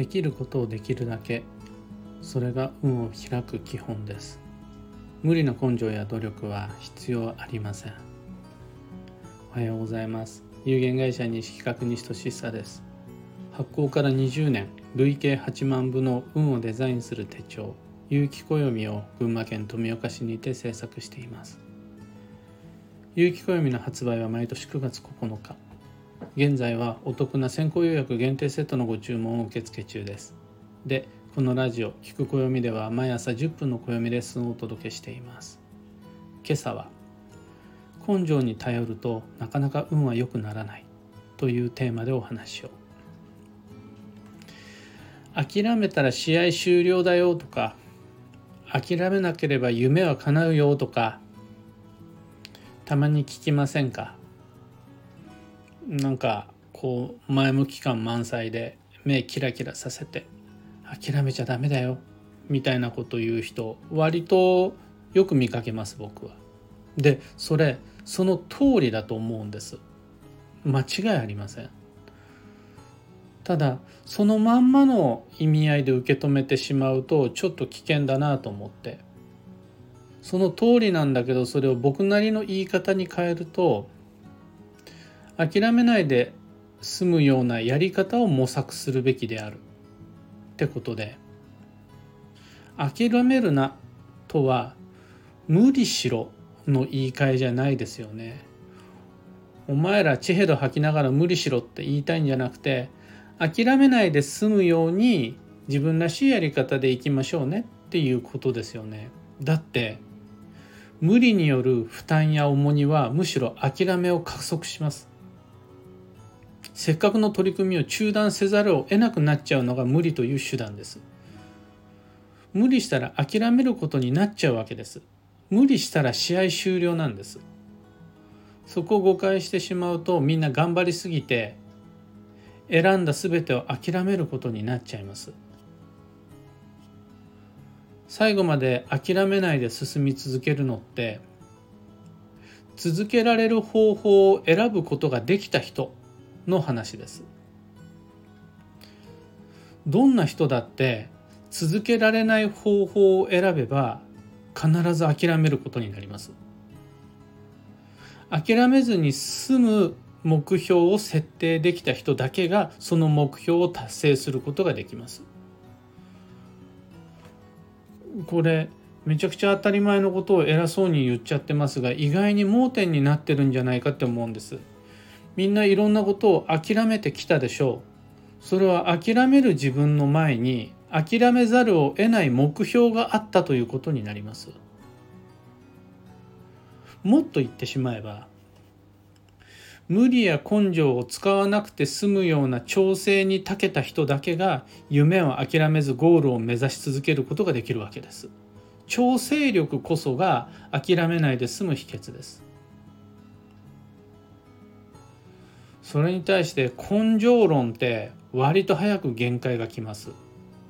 できることをできるだけ、それが運を開く基本です。無理な根性や努力は必要ありません。おはようございます。有限会社西企画西俊久です。発行から20年、累計8万部の運をデザインする手帳、有機暦を群馬県富岡市にて制作しています。有機暦の発売は毎年9月9日。現在はお得な先行予約限定セットのご注文を受付中です。で、このラジオ聞く暦では毎朝10分の暦レッスンをお届けしています。今朝は根性に頼るとなかなか運は良くならないというテーマでお話を。諦めたら試合終了だよとか、諦めなければ夢は叶うよとか、たまに聞きませんか？なんか前向き感満載で目キラキラさせて諦めちゃダメだよみたいなこと言う人割とよく見かけます、僕は。で、その通りだと思うんです。間違いありません。ただそのまんまの意味合いで受け止めてしまうとちょっと危険だなと思って、その通りなんだけどそれを僕なりの言い方に変えると、諦めないで済むようなやり方を模索するべきであるってことで、諦めるなとは無理しろの言い換えじゃないですよね。お前らチヘド吐きながら無理しろって言いたいんじゃなくて、諦めないで済むように自分らしいやり方でいきましょうねっていうことですよね。だって無理による負担や重荷はむしろ諦めを加速します。せっかくの取り組みを中断せざるを得なくなっちゃうのが無理という手段です。無理したら諦めることになっちゃうわけです。無理したら試合終了なんです。そこを誤解してしまうと、みんな頑張りすぎて選んだ全てを諦めることになっちゃいます。最後まで諦めないで進み続けるのって、続けられる方法を選ぶことができた人の話です。どんな人だって続けられない方法を選べば必ず諦めることになります。諦めずに済む目標を設定できた人だけがその目標を達成することができます。これめちゃくちゃ当たり前のことを偉そうに言っちゃってますが、意外に盲点になってるんじゃないかって思うんです。みんないろんなことを諦めてきたでしょう。それは諦める自分の前に諦めざるを得ない目標があったということになります。もっと言ってしまえば、無理や根性を使わなくて済むような調整に長けた人だけが夢を諦めずゴールを目指し続けることができるわけです。調整力こそが諦めないで済む秘訣です。それに対して根性論って割と早く限界がきます。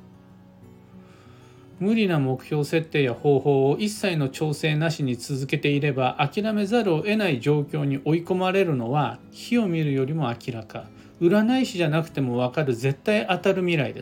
無理な目標設定や方法を一切の調整なしに続けていれば諦めざるを得ない状況に追い込まれるのは火を見るよりも明らか、占い師じゃなくても分かる絶対当たる未来です。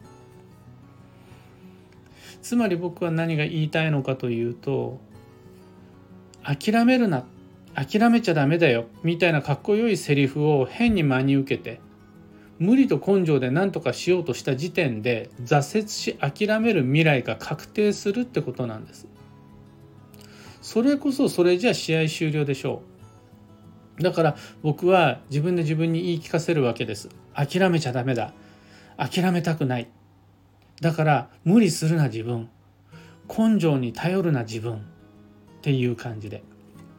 つまり僕は何が言いたいのかというと、諦めるな、諦めちゃダメだよみたいなかっこよいセリフを変に真に受けて無理と根性で何とかしようとした時点で挫折し諦める未来が確定するってことなんです。それこそそれじゃ試合終了でしょう。だから僕は自分で自分に言い聞かせるわけです。諦めちゃダメだ、諦めたくない、だから無理するな自分、根性に頼るな自分っていう感じで。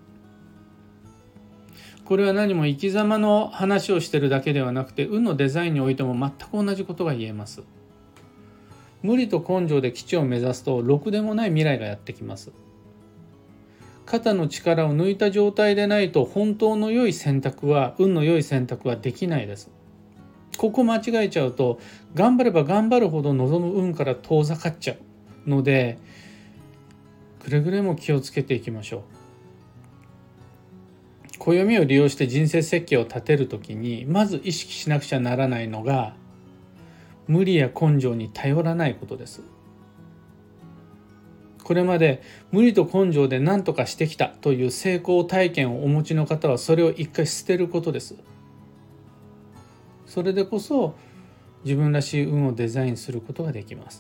これは何も生き様の話をしてるだけではなくて、運のデザインにおいても全く同じことが言えます。無理と根性で基地を目指すとろくでもない未来がやってきます。肩の力を抜いた状態でないと本当の良い選択は、運の良い選択はできないです。ここ間違えちゃうと頑張れば頑張るほど望む運から遠ざかっちゃうので、くれぐれも気をつけていきましょう。暦を利用して人生設計を立てるときにまず意識しなくちゃならないのが、 無理や根性に頼らないことです。これまで無理と根性で何とかしてきたという成功体験をお持ちの方は、それを一回捨てることです。それでこそ自分らしい運をデザインすることができます。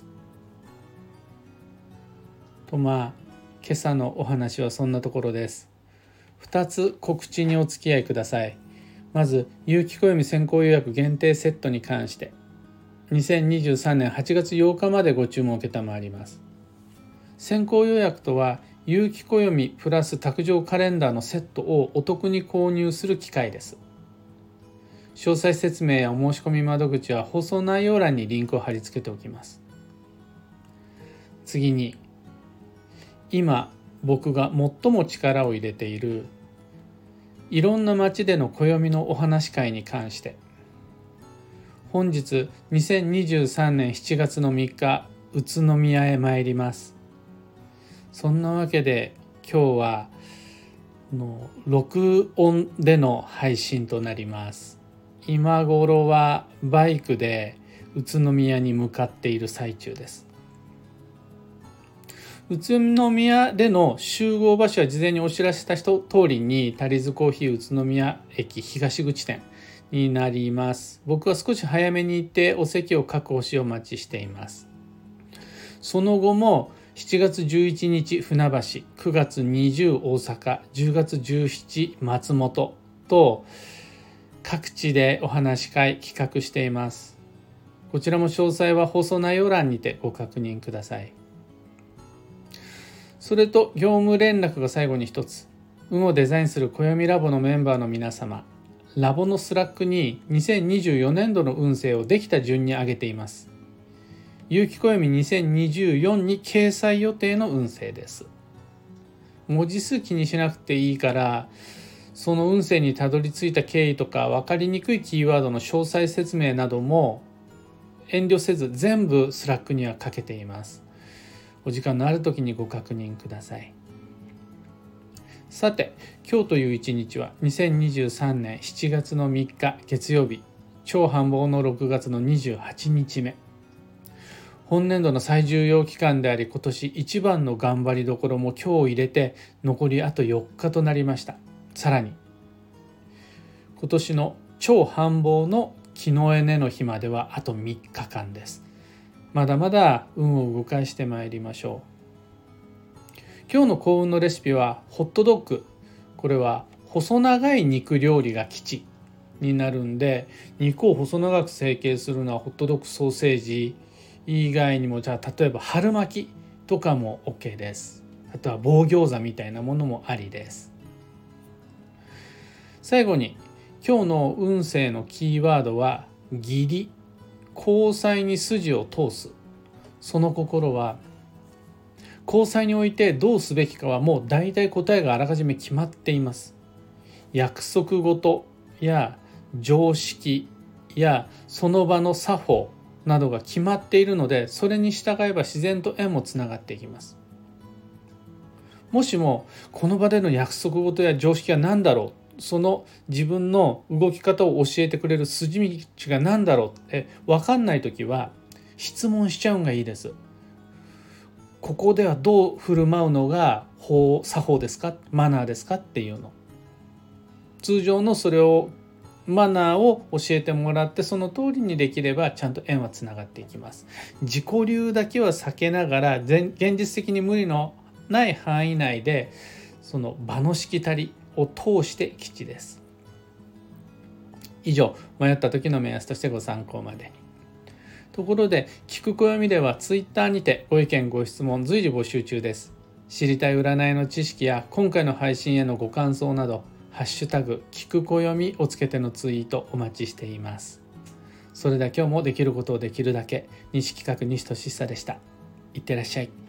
と今朝のお話はそんなところです。2つ告知にお付き合いください。まず有機暦先行予約限定セットに関して、2023年8月8日までご注文を承ります。先行予約とは有機暦プラス卓上カレンダーのセットをお得に購入する機会です。詳細説明やお申し込み窓口は放送内容欄にリンクを貼り付けておきます。次に、今僕が最も力を入れているいろんな街での暦のお話会に関して、本日2023年7月の3日宇都宮へ参ります。そんなわけで今日は録音での配信となります。今頃はバイクで宇都宮に向かっている最中です。宇都宮での集合場所は事前にお知らせした通りにタリーズコーヒー宇都宮駅東口店になります。僕は少し早めに行ってお席を確保しお待ちしています。その後も7月11日船橋、9月20大阪、10月17松本と各地でお話し会企画しています。こちらも詳細は放送内容欄にてご確認ください。それと業務連絡が最後に一つ。運をデザインする暦ラボのメンバーの皆様、ラボのスラックに2024年度の運勢をできた順に上げています。有機暦2024に掲載予定の運勢です。文字数気にしなくていいから、その運勢にたどり着いた経緯とか分かりにくいキーワードの詳細説明なども遠慮せず全部スラックにはかけています。お時間のある時にご確認ください。さて、今日という一日は2023年7月の3日月曜日、超繁忙の6月の28日目。本年度の最重要期間であり、今年一番の頑張りどころも今日を入れて残りあと4日となりました。さらに今年の超繁忙の木のエネの日まではあと3日間です。まだまだ運を動かしてまいりましょう。今日の幸運のレシピはホットドッグ。これは細長い肉料理が吉になるんで、肉を細長く成形するのはホットドッグ、ソーセージ以外にも、じゃあ例えば春巻きとかも OK です。あとは棒餃子みたいなものもありです。最後に今日の運勢のキーワードは義理、交際に筋を通す。その心は、交際においてどうすべきかはもう大体答えがあらかじめ決まっています。約束事や常識やその場の作法などが決まっているので、それに従えば自然と縁もつながっていきます。もしもこの場での約束事や常識は何だろう、その自分の動き方を教えてくれる筋道が何だろうって分かんないときは質問しちゃうんがいいです。ここではどう振る舞うのが作法ですか、マナーですかっていうの。通常のそれをマナーを教えてもらって、その通りにできればちゃんと縁はつながっていきます。自己流だけは避けながら、現実的に無理のない範囲内でその場のしきたりを通して吉です。以上、迷った時の目安としてご参考までに。ところで、聞く暦ではツイッターにてご意見ご質問随時募集中です。知りたい占いの知識や今回の配信へのご感想など、ハッシュタグ聞く暦をつけてのツイートお待ちしています。それでは今日もできることをできるだけ。西企画西俊久でした。いってらっしゃい。